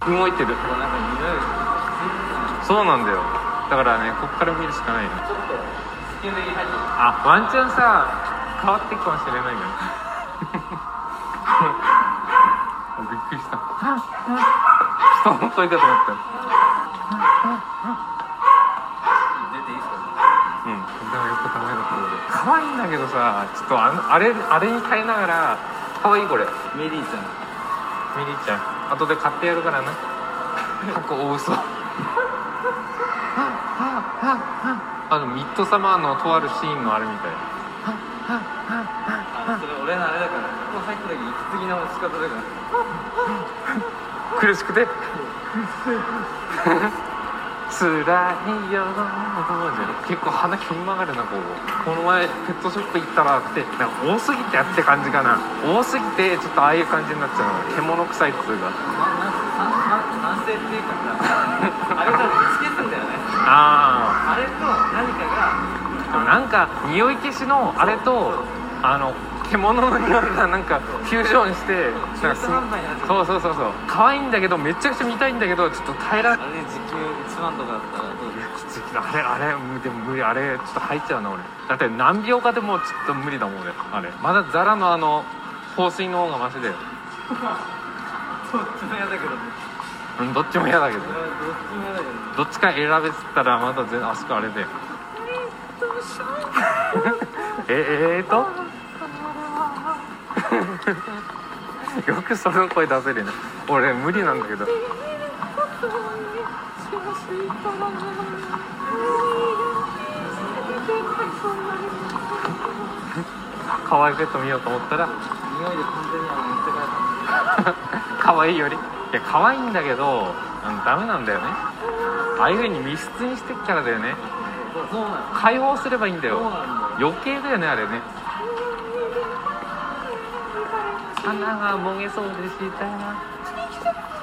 動いてる。そうなんだよ。だからね、こっから見るしかないの。あ、ワンチャンさ変わっていくかもしれないよね。びっくりした。人の声かと思った。 出ていいですか？ うん、だからよく考えたところで可愛いんだけどさ、ちょっとあれに耐えながら、可愛いこれメリーちゃん。 ミリちゃん後で買ってやるからな。過去大嘘。ミッドサマーのとあるシーンのあれみたい。 それ俺のあれだから、ここ入った時息継ぎの仕方だから。 苦しくてつらいよ。結構鼻切り曲がるな。この前ペットショップ行ったらってなんか多すぎてって感じかな。多すぎてちょっとああいう感じになっちゃうの。獣臭いっつうか反省っていうかさ、あれ多分つけすんだよね。 あれと何かがでもなんか匂い消しのあれと獣の匂いがなんかフュージョンしてなんかそう可愛いんだけどめちゃくちゃ見たいんだけどちょっと耐えられない。 あれ時給1万とかだったらどうですか？ あれでも無理。あれちょっと入っちゃうな俺。だって何秒かでもちょっと無理だもん俺。あれまだザラの香水の方がマシで。 どっちも嫌だけどね。 どっちも嫌だけどどっちも嫌だけど。 どっちか選べっつったらまだあそこあれでよくその声出せるね。俺無理なんだけど。可愛いペット見ようと思ったら匂いで完全に持って帰った。 可愛いより、いや可愛いんだけどダメなんだよね。ああいう風に密室にしてっからだよね。 そうなの。 解放すればいいんだよ。 そうなんだよ。 余計だよねあれね。花がもげそうでした。